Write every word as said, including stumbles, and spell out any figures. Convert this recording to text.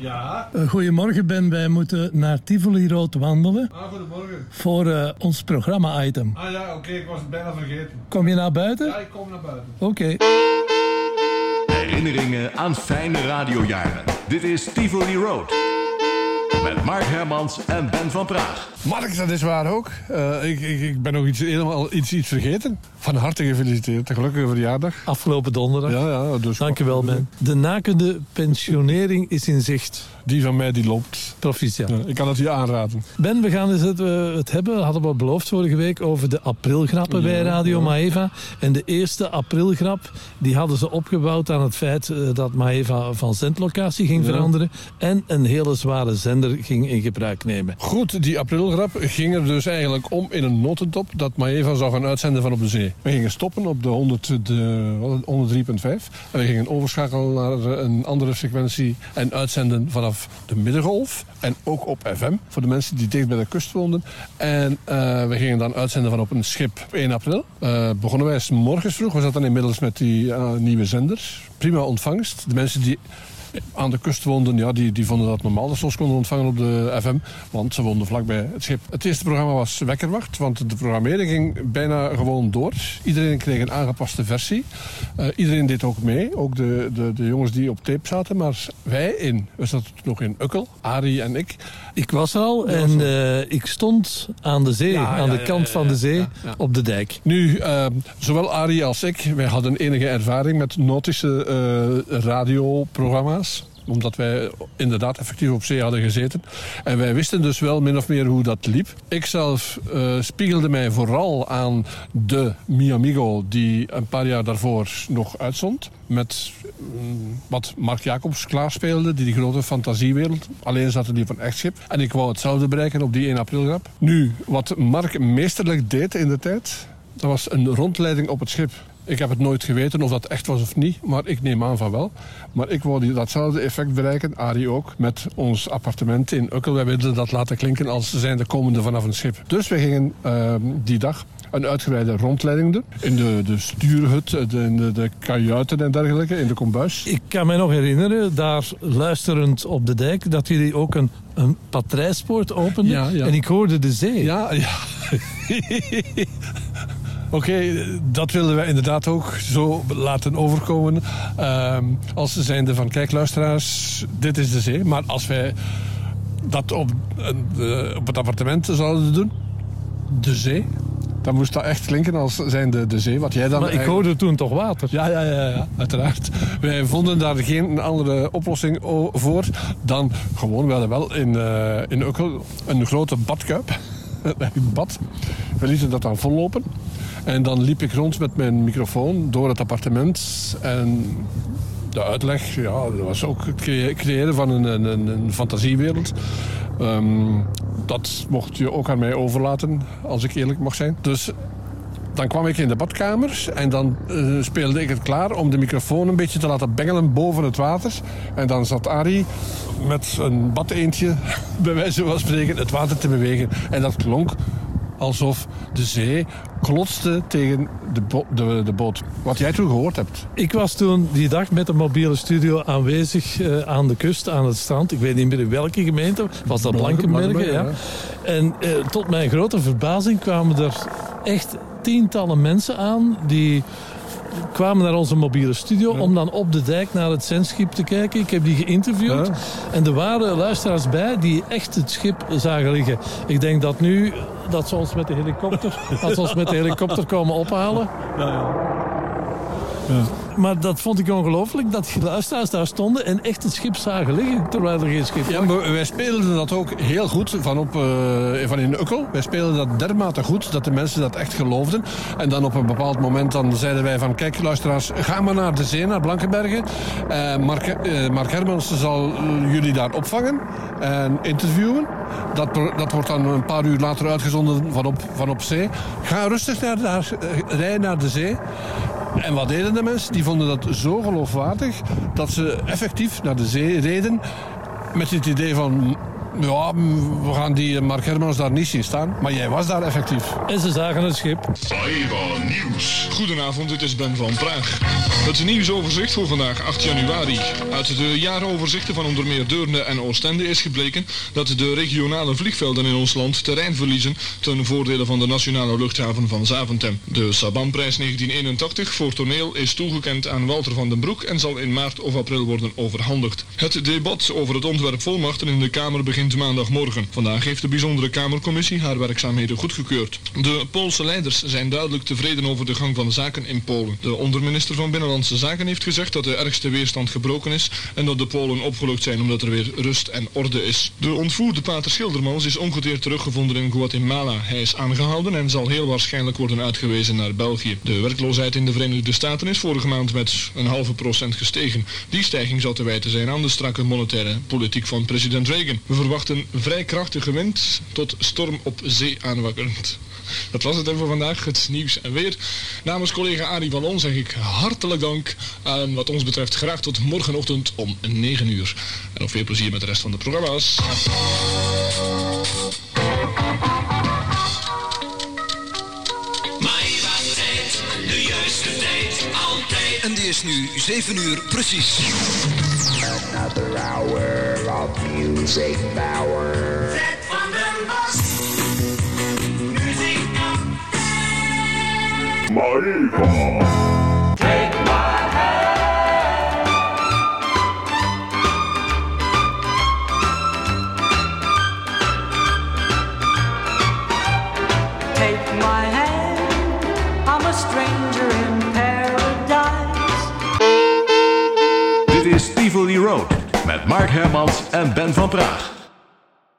Ja. Uh, goedemorgen Ben, wij moeten naar Tivoli Rood wandelen. Ah, goedemorgen. Voor uh, ons programma-item. Ah ja, oké, okay, ik was het bijna vergeten. Kom je naar buiten? Ja, ik kom naar buiten. Oké. Okay. Herinneringen aan fijne radiojaren. Dit is Tivoli Road. Met Mark Hermans en Ben van Praag. Mark, dat is waar ook. Uh, ik, ik, ik ben nog iets, helemaal iets, iets vergeten. Van harte gefeliciteerd. Een gelukkige verjaardag. Afgelopen donderdag. Ja, ja. Dus dank je wel, Ben. De nakende pensionering is in zicht. Die van mij, die loopt. Proficiat. Ja, ik kan het je aanraden. Ben, we gaan het, uh, het hebben, hadden we beloofd vorige week, over de aprilgrappen ja, bij Radio ja. Maeva. En de eerste aprilgrap, die hadden ze opgebouwd aan het feit uh, dat Maeva van zendlocatie ging ja. veranderen. En een hele zware zender ging in gebruik nemen. Goed, die aprilgrap ging er dus eigenlijk om in een notendop dat Maeva zou gaan uitzenden van op de zee. We gingen stoppen op de, honderd, de honderd drie komma vijf en we gingen overschakelen naar een andere frequentie en uitzenden vanaf de middengolf en ook op F M voor de mensen die dicht bij de kust woonden. En uh, we gingen dan uitzenden van op een schip op één april. Uh, begonnen wij 's morgens vroeg. We zaten inmiddels met die uh, nieuwe zenders. Prima ontvangst. De mensen die aan de kust woonden, ja, die, die vonden dat normaal dat ze ons konden ontvangen op de F M, want ze woonden vlakbij het schip. Het eerste programma was Wekkerwacht, want de programmering ging bijna gewoon door. Iedereen kreeg een aangepaste versie. Uh, iedereen deed ook mee, ook de, de, de jongens die op tape zaten, maar wij in, we zaten nog in Ukkel, Arie en ik. Ik was al en was uh, ik stond aan de zee, ja, aan ja, de kant ja, ja, van de zee, ja, ja. op de dijk. Nu, uh, zowel Arie als ik, wij hadden enige ervaring met nautische uh, radioprogramma's. Omdat wij inderdaad effectief op zee hadden gezeten. En wij wisten dus wel min of meer hoe dat liep. Ik zelf uh, spiegelde mij vooral aan de Mi Amigo die een paar jaar daarvoor nog uitzond. Met um, wat Mark Jacobs klaarspeelde, die die grote fantasiewereld. Alleen zaten die op een echt schip. En ik wou hetzelfde bereiken op die één aprilgrap. Nu, wat Mark meesterlijk deed in de tijd, dat was een rondleiding op het schip. Ik heb het nooit geweten of dat echt was of niet, maar ik neem aan van wel. Maar ik wou datzelfde effect bereiken, Arie ook, met ons appartement in Ukkel. Wij wilden dat laten klinken als zijnde komende vanaf een schip. Dus we gingen uh, die dag een uitgebreide rondleiding doen. In de, de stuurhut, de, de, de kajuiten en dergelijke, in de kombuis. Ik kan me nog herinneren, daar luisterend op de dijk, dat jullie ook een, een patrijspoort openden. Ja, ja. En ik hoorde de zee. Ja, ja. Oké, okay, dat wilden wij inderdaad ook zo laten overkomen. Uh, als zijnde van, kijk luisteraars, dit is de zee. Maar als wij dat op, uh, op het appartement zouden doen, de zee, dan moest dat echt klinken als zijnde de zee. Wat jij dan maar ik eigenlijk... hoorde toen toch water? Ja, ja, ja, ja, uiteraard. Wij vonden daar geen andere oplossing voor dan gewoon, we hadden wel in, uh, in Ukkel een grote badkuip. Een bad. We lieten dat dan vollopen. En dan liep ik rond met mijn microfoon door het appartement. En de uitleg, ja, dat was ook het creëren van een, een, een fantasiewereld. Um, dat mocht je ook aan mij overlaten, als ik eerlijk mag zijn. Dus dan kwam ik in de badkamer en dan uh, speelde ik het klaar om de microfoon een beetje te laten bengelen boven het water. En dan zat Arie met een badeendje, bij wijze van spreken, het water te bewegen. En dat klonk alsof de zee klotste tegen de, bo- de, de boot. Wat jij toen gehoord hebt. Ik was toen die dag met een mobiele studio aanwezig uh, aan de kust, aan het strand. Ik weet niet meer in welke gemeente. Was dat Blankenbergen? Ja. En uh, tot mijn grote verbazing kwamen er echt tientallen mensen aan die kwamen naar onze mobiele studio ja. om dan op de dijk naar het zendschip te kijken. Ik heb die geïnterviewd. Ja. En er waren luisteraars bij die echt het schip zagen liggen. Ik denk dat nu dat ze ons met de helikopter, dat ze ons met de helikopter komen ophalen. Ja, ja. Ja. Maar dat vond ik ongelooflijk, dat die luisteraars daar stonden en echt het schip zagen liggen, terwijl er geen schip was. Ja, maar wij speelden dat ook heel goed van, op, uh, van in Ukkel. Wij speelden dat dermate goed dat de mensen dat echt geloofden. En dan op een bepaald moment dan zeiden wij van, kijk luisteraars, ga maar naar de zee, naar Blankenbergen. Uh, Mark, uh, Mark Hermans zal uh, jullie daar opvangen en interviewen. Dat, dat wordt dan een paar uur later uitgezonden van op, van op zee. Ga rustig naar, naar, uh, rijden naar de zee. En wat deden de mensen? Die vonden dat zo geloofwaardig dat ze effectief naar de zee reden met het idee van Ja, we gaan die Mark Hermans daar niet zien staan. Maar jij was daar effectief. En ze zagen het schip. Viva Nieuws. Goedenavond, dit is Ben van Praag. Het nieuwsoverzicht voor vandaag acht januari. Uit de jaaroverzichten van onder meer Deurne en Oostende is gebleken dat de regionale vliegvelden in ons land terrein verliezen ten voordele van de nationale luchthaven van Zaventem. De Sabanprijs negentien eenentachtig voor toneel is toegekend aan Walter van den Broek en zal in maart of april worden overhandigd. Het debat over het ontwerp volmachten in de Kamer begint maandagmorgen. Vandaag heeft de bijzondere Kamercommissie haar werkzaamheden goedgekeurd. De Poolse leiders zijn duidelijk tevreden over de gang van zaken in Polen. De onderminister van Binnenlandse Zaken heeft gezegd dat de ergste weerstand gebroken is en dat de Polen opgelucht zijn omdat er weer rust en orde is. De ontvoerde pater Schildermans is ongedeerd teruggevonden in Guatemala. Hij is aangehouden en zal heel waarschijnlijk worden uitgewezen naar België. De werkloosheid in de Verenigde Staten is vorige maand met een halve procent gestegen. Die stijging zou te wijten zijn aan de strakke monetaire politiek van president Reagan. We verwachten vrij krachtige wind tot storm op zee aanwakkerend. Dat was het even voor vandaag, het nieuws en weer. Namens collega Arie Wallon zeg ik hartelijk dank. En wat ons betreft graag tot morgenochtend om negen uur. En nog veel plezier met de rest van de programma's. De juiste tijd, altijd. En die is nu zeven uur precies. Another hour of music power. Zet van den Bos. Muziek Maeva. Take my hand. Take my hand. I'm a stranger in paradise. Dit is Tivoli Road met Mark Hermans en Ben van Praag.